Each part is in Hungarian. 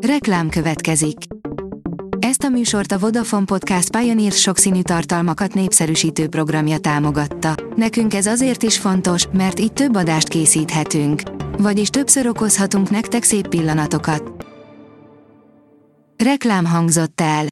Reklám következik. Ezt a műsort a Vodafone Podcast Pioneer sokszínű tartalmakat népszerűsítő programja támogatta. Nekünk ez azért is fontos, mert így több adást készíthetünk. Vagyis többször okozhatunk nektek szép pillanatokat. Reklám hangzott el.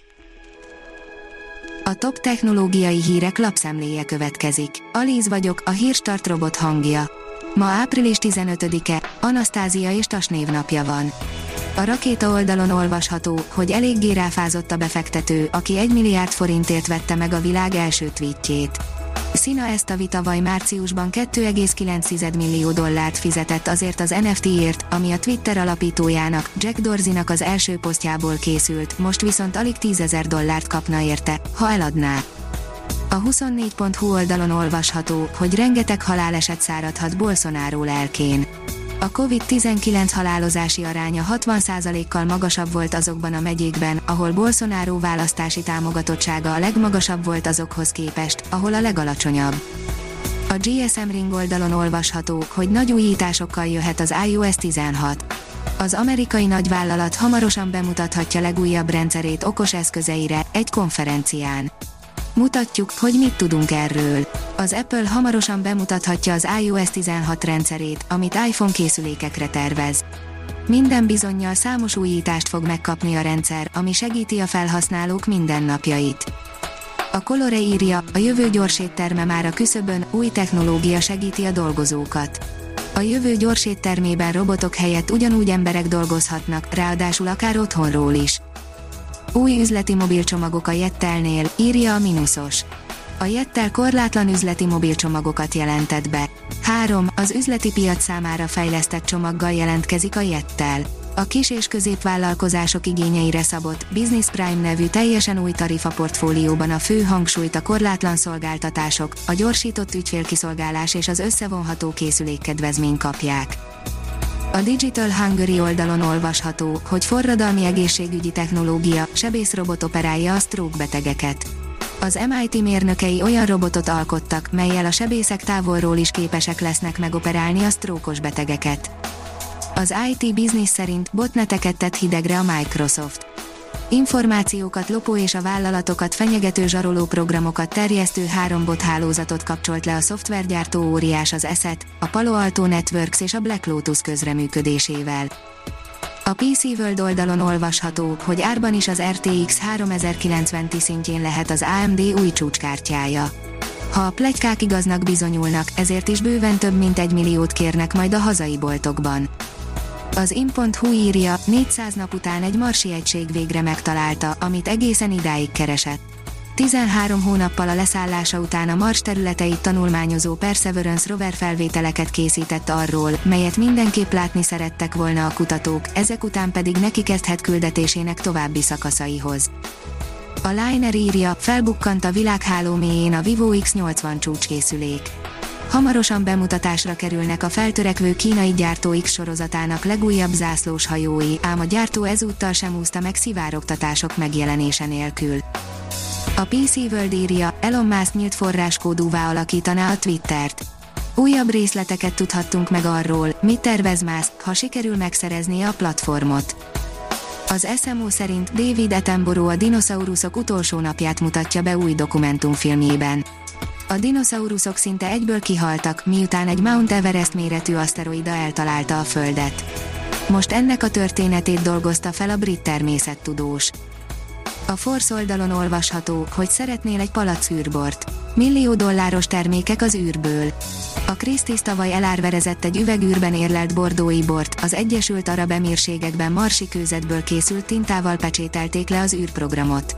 A top technológiai hírek lapszemléje következik. Alíz vagyok, a Hírstart robot hangja. Ma április 15-e, Anasztázia és Tas névnapja van. A Rakéta oldalon olvasható, hogy eléggé ráfázott a befektető, aki 1 milliárd forintért vette meg a világ első tweetjét. Sina ezt tavaly márciusban 2,9 millió dollárt fizetett azért az NFT-ért, ami a Twitter alapítójának, Jack Dorseynak az első posztjából készült, most viszont alig 10 000 dollárt kapna érte, ha eladná. A 24.hu oldalon olvasható, hogy rengeteg haláleset száradhat Bolsonaro lelkén. A COVID-19 halálozási aránya 60%-kal magasabb volt azokban a megyékben, ahol Bolsonaro választási támogatottsága a legmagasabb volt azokhoz képest, ahol a legalacsonyabb. A GSM Ring oldalon olvasható, hogy nagy újításokkal jöhet az iOS 16. Az amerikai nagyvállalat hamarosan bemutathatja legújabb rendszerét okos eszközeire, egy konferencián. Mutatjuk, hogy mit tudunk erről. Az Apple hamarosan bemutathatja az iOS 16 rendszerét, amit iPhone készülékekre tervez. Minden bizonnyal számos újítást fog megkapni a rendszer, ami segíti a felhasználók mindennapjait. A Colore írja, a jövő gyorsétterme már a küszöbön, új technológia segíti a dolgozókat. A jövő gyorséttermében robotok helyett ugyanúgy emberek dolgozhatnak, ráadásul akár otthonról is. Új üzleti mobilcsomagok a Yettelnél, írja a Minusos. A Yettel korlátlan üzleti mobilcsomagokat jelentett be. 3. Az üzleti piac számára fejlesztett csomaggal jelentkezik a Yettel. A kis és középvállalkozások igényeire szabott, Business Prime nevű teljesen új tarifaportfólióban a fő hangsúlyt a korlátlan szolgáltatások, a gyorsított ügyfélkiszolgálás és az összevonható készülékkedvezmény kapják. A Digital Hungary oldalon olvasható, hogy forradalmi egészségügyi technológia, sebészrobot operálja a stroke betegeket. Az MIT mérnökei olyan robotot alkottak, mellyel a sebészek távolról is képesek lesznek megoperálni a sztrókos betegeket. Az IT Business szerint botneteket tett hidegre a Microsoft. Információkat lopó és a vállalatokat fenyegető zsaroló programokat terjesztő 3 bot hálózatot kapcsolt le a szoftvergyártó óriás az Asset, a Palo Alto Networks és a Black Lotus közreműködésével. A PC World oldalon olvasható, hogy árban is az RTX 3090 Ti szintjén lehet az AMD új csúcskártyája. Ha a pletykák igaznak bizonyulnak, ezért is bőven több mint 1 milliót kérnek majd a hazai boltokban. Az in.hu írja, 400 nap után egy marsi egység végre megtalálta, amit egészen idáig keresett. 13 hónappal a leszállása után a Mars területeit tanulmányozó Perseverance rover felvételeket készített arról, melyet mindenképp látni szerettek volna a kutatók, ezek után pedig neki kezdhet küldetésének további szakaszaihoz. A Liner írja, felbukkant a világháló mélyén a Vivo X80 csúcskészülék. Hamarosan bemutatásra kerülnek a feltörekvő kínai gyártó X sorozatának legújabb zászlós hajói, ám a gyártó ezúttal sem úszta meg szivárogtatások megjelenése nélkül. A PC World írja, Elon Musk nyílt forráskódúvá alakítaná a Twittert. Újabb részleteket tudhattunk meg arról, mit tervez Musk, ha sikerül megszereznie a platformot. Az SMO szerint David Attenborough a dinoszauruszok utolsó napját mutatja be új dokumentumfilmjében. A dinoszauruszok szinte egyből kihaltak, miután egy Mount Everest méretű aszteroida eltalálta a Földet. Most ennek a történetét dolgozta fel a brit természettudós. A Force oldalon olvasható, hogy szeretnél egy palack űrbort. Millió dolláros termékek az űrből. A Christie's tavaly elárverezett egy üvegűrben érlelt bordói bort, az Egyesült Arab Emírségekben marsi kőzetből készült tintával pecsételték le az űrprogramot.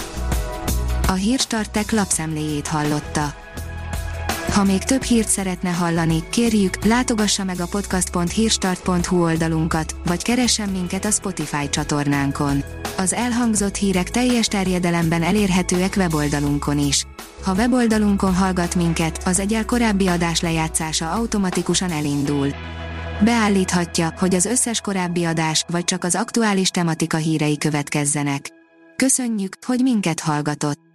A Hírstart Tech lapszemléjét hallotta. Ha még több hírt szeretne hallani, kérjük, látogassa meg a podcast.hírstart.hu oldalunkat, vagy keressen minket a Spotify csatornánkon. Az elhangzott hírek teljes terjedelemben elérhetőek weboldalunkon is. Ha weboldalunkon hallgat minket, az egyel korábbi adás lejátszása automatikusan elindul. Beállíthatja, hogy az összes korábbi adás, vagy csak az aktuális tematika hírei következzenek. Köszönjük, hogy minket hallgatott!